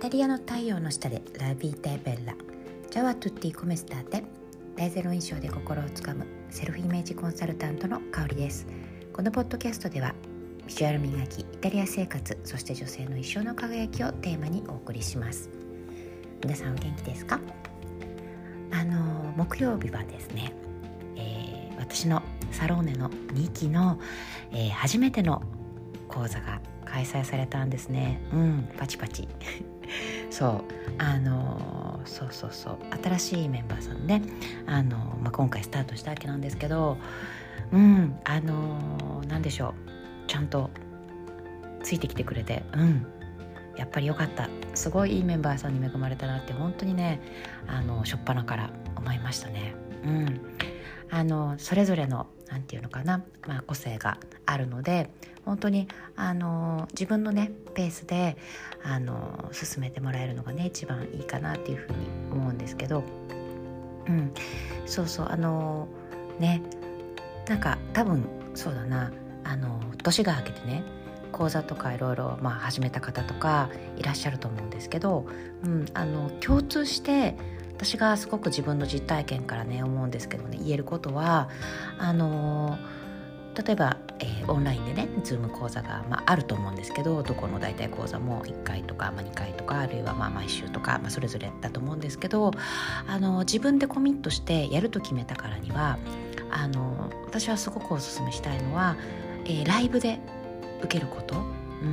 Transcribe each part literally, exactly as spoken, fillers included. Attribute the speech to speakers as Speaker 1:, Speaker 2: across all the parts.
Speaker 1: リアの太陽の下でラビータベッラジャワトゥッティコメスターテ大ゼロ印象で心をつかむセルフイメージコンサルタントの香りです。このポッドキャストではビジュアル磨き、イタリア生活、そして女性の一生の輝きをテーマにお送りします。皆さんお元気ですか？あの木曜日はですね、えー、私のサローネのにきの、えー、初めての講座が開催されたんですね。うんパチパチそうあのそうそうそう新しいメンバーさんねあの、まあ、今回スタートしたわけなんですけど、うんあのなんでしょうちゃんとついてきてくれて、うんやっぱり良かった。すごいいいメンバーさんに恵まれたなって本当にねあの初っ端から思いましたね。うんあのそれぞれのなんていうのかな、まあ、個性があるので本当にあの自分のねペースであの進めてもらえるのがね一番いいかなっていうふうに思うんですけど、うんそうそうあのねなんか多分そうだなあの年が明けてね講座とかいろいろまあ始めた方とかいらっしゃると思うんですけど、うん、あの共通して私がすごく自分の実体験からね思うんですけどね言えることはあの例えば、えー、オンラインでねズーム講座が、まあ、あると思うんですけどどこの大体講座もいっかいとか、まあ、にかいとかあるいはまあ毎週とか、まあ、それぞれだと思うんですけどあの自分でコミットしてやると決めたからにはあの私はすごくおすすめしたいのは、えー、ライブで受けること、うん、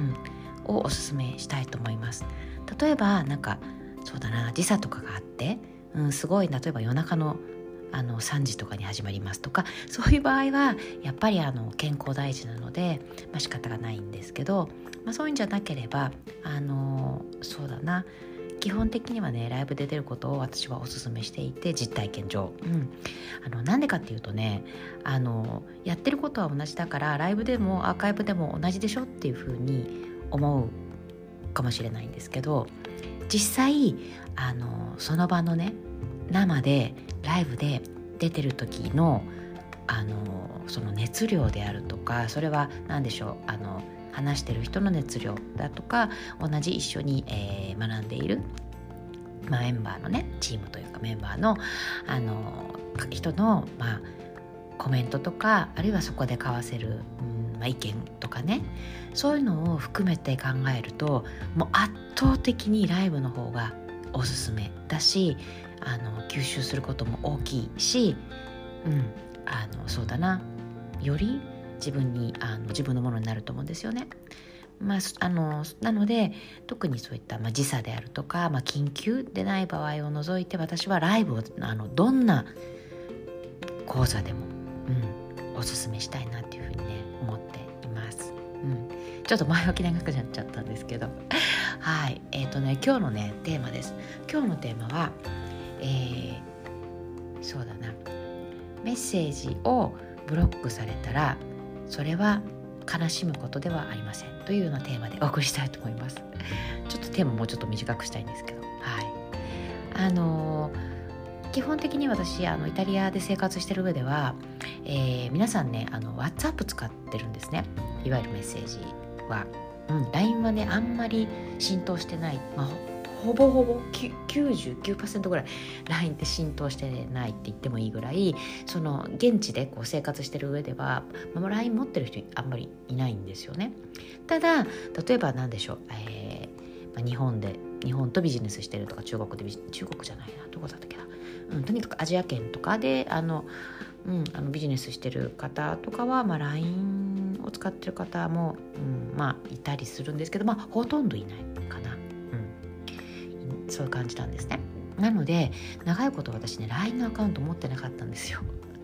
Speaker 1: をおすすめしたいと思います。例えばなんかそうだな時差とかがあって、うん、すごい例えば夜中のあのさんじとかに始まりますとかそういう場合はやっぱりあの健康大事なので、まあ、仕方がないんですけど、まあ、そういうんじゃなければあのそうだな基本的にはねライブで出ることを私はお勧めしていて実体験上、うん、あのなんでかっていうとねあのやってることは同じだからライブでもアーカイブでも同じでしょっていうふうに思うかもしれないんですけど実際あのその場のね生でライブで出てる時のあのその熱量であるとかそれは何でしょうあの話してる人の熱量だとか同じ一緒に、えー、学んでいる、まあ、メンバーのねチームというかメンバーの、あの人の、まあ、コメントとかあるいはそこで交わせる、うんまあ、意見とかねそういうのを含めて考えるともう圧倒的にライブの方がおすすめだしあの吸収することも大きいし、うん、あのそうだなより自分にあの自分のものになると思うんですよね。まあ、あのなので特にそういった、まあ、時差であるとか、まあ、緊急でない場合を除いて私はライブをあのどんな講座でも、うん、おすすめしたいなっていうふうにね思っています、うん、ちょっと前置き長くなっちゃったんですけどはいえーとね今日のねテーマです。今日のテーマは、えー、そうだなメッセージをブロックされたらそれは悲しむことではありませんというようなテーマでお送りしたいと思います。ちょっとテーマもうちょっと短くしたいんですけど、はい、あのー、基本的に私あのイタリアで生活してる上では、えー、皆さんねあの WhatsApp 使ってるんですね。いわゆるメッセージは、うん、ライン はねあんまり浸透してない、まあほぼほぼ きゅうじゅうきゅうパーセント ぐらい ライン って浸透してないって言ってもいいぐらいその現地でこう生活してる上では、まあ、ライン 持ってる人あんまりいないんですよね。ただ例えば何でしょう、えーまあ、日本で日本とビジネスしてるとか中国でビジ中国じゃないなどこだったっけな、うん、とにかくアジア圏とかであの、うん、あのビジネスしてる方とかは、まあ、ライン を使ってる方も、うん、まあいたりするんですけど、まあ、ほとんどいないかな。そういう感じなんですね。なので長いこと私ね ライン のアカウント持ってなかったんですよ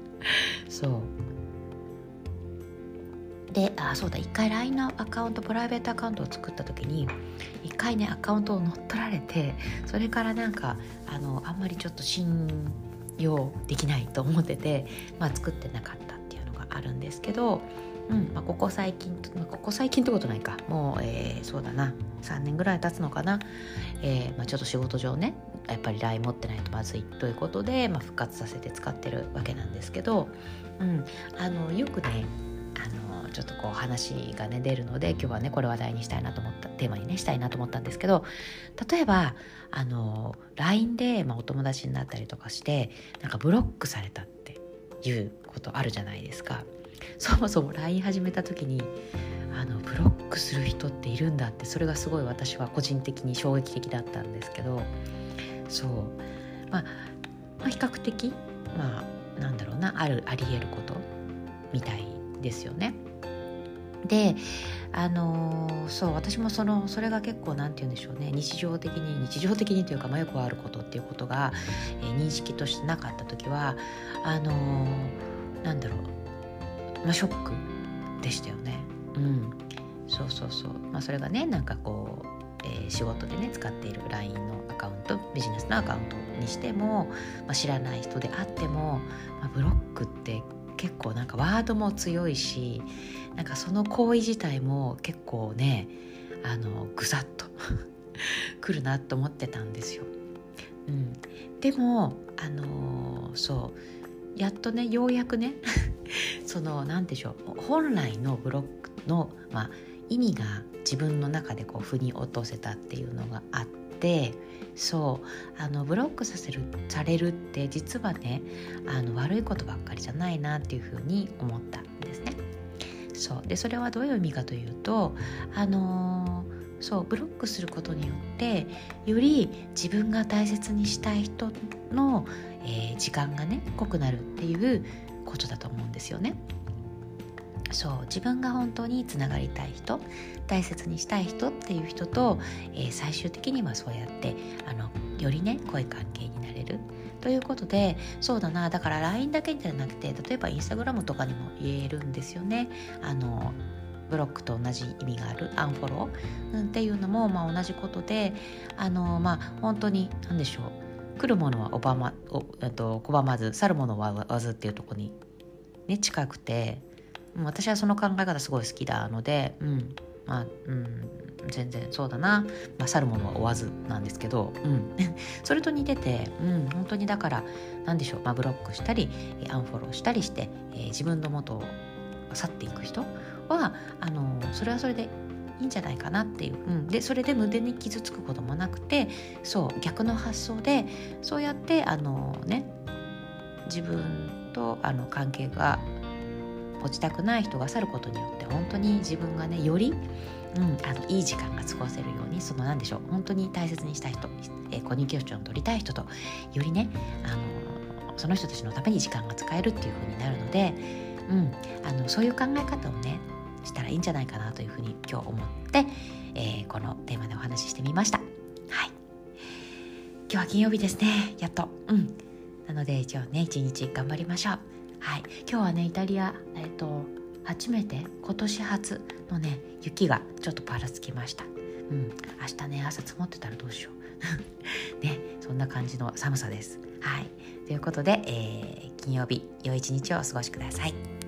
Speaker 1: そうであそうだ一回 ライン のアカウントプライベートアカウントを作った時に一回ねアカウントを乗っ取られてそれからなんかあのあんまりちょっと信用できないと思ってて、まあ、作ってなかったっていうのがあるんですけどうんまあ、ここ最近まあ、ここ最近ってことないかもう、えー、そうだなさんねんぐらい経つのかな、えーまあ、ちょっと仕事上ねやっぱり ライン 持ってないとまずいということで、まあ、復活させて使ってるわけなんですけど、うん、あのよくねあのちょっとこう話がね出るので、今日はねこれ話題にしたいなと思ったテーマにねしたいなと思ったんですけど、例えばあの ライン で、まあ、お友達になったりとかしてなんかブロックされたっていうことあるじゃないですか。そもそも ライン 始めた時にあのブロックする人っているんだって、それがすごい私は個人的に衝撃的だったんですけど、そう、まあ、まあ比較的まあなんだろうなあるあり得ることみたいですよね。であのー、そう私もそのそれが結構なんて言うんでしょうね、日常的に日常的にというか、まあ、よくあることっていうことが、えー、認識としてなかった時はあのー、なんだろう、まあ、ショックでしたよね。うん、そうそうそう、まあ、それがねなんかこう、えー、仕事でね使っている ライン のアカウント、ビジネスのアカウントにしても、まあ、知らない人であっても、まあ、ブロックって結構なんかワードも強いし、なんかその行為自体も結構ねあのぐさっと来るなと思ってたんですよ。うん、でもあのー、そうやっとねようやくねそのなんでしょう、本来のブロックの、まあ、意味が自分の中でこう腑に落とせたっていうのがあって、そうあのブロックさせるされるって実はねあの悪いことばっかりじゃないなっていうふうに思ったんですね。そうでそれはどういう意味かというと、あのーそうブロックすることによってより自分が大切にしたい人の、えー、時間がね濃くなるっていうことだと思うんですよね。そう自分が本当につながりたい人、大切にしたい人っていう人と、えー、最終的にはそうやってあのよりね濃い関係になれるということで、そうだな、だから ライン だけじゃなくて例えば インスタグラム とかにも言えるんですよね。あのブロックと同じ意味があるアンフォロー、うん、っていうのも、まあ、同じことであの、まあ、本当に何でしょう、来るものは拒ま、おと拒まず去るものは追わずっていうところに、ね、近くて、私はその考え方すごい好きなので、うんまあうん、全然そうだな、まあ、去るものは追わずなんですけど、うん、それと似てて、うん、本当にだから何でしょう、まあ、ブロックしたりアンフォローしたりして、えー、自分の元を去っていく人はあのそれはそれでいいんじゃないかなっていう、うん、でそれで無駄に傷つくこともなくて、そう逆の発想でそうやってあのね自分とあの関係が持ちたくない人が去ることによって本当に自分がねより、うん、あのいい時間が過ごせるように、そのなんでしょう本当に大切にしたい人、えー、コミュニケーションを取りたい人とよりねあのその人たちのために時間が使えるっていう風になるので、うん、あのそういう考え方をねしたらいいんじゃないかなというふうに今日思って、えー、このテーマでお話ししてみました。はい、今日は金曜日ですね、やっと、うん、なので今日ね一日頑張りましょう。はい、今日はねイタリア、えっと初めて今年初のね雪がちょっとぱらつきました。うん、明日ね朝積もってたらどうしようね、そんな感じの寒さです。はい、ということで、えー、金曜日良い一日をお過ごしください。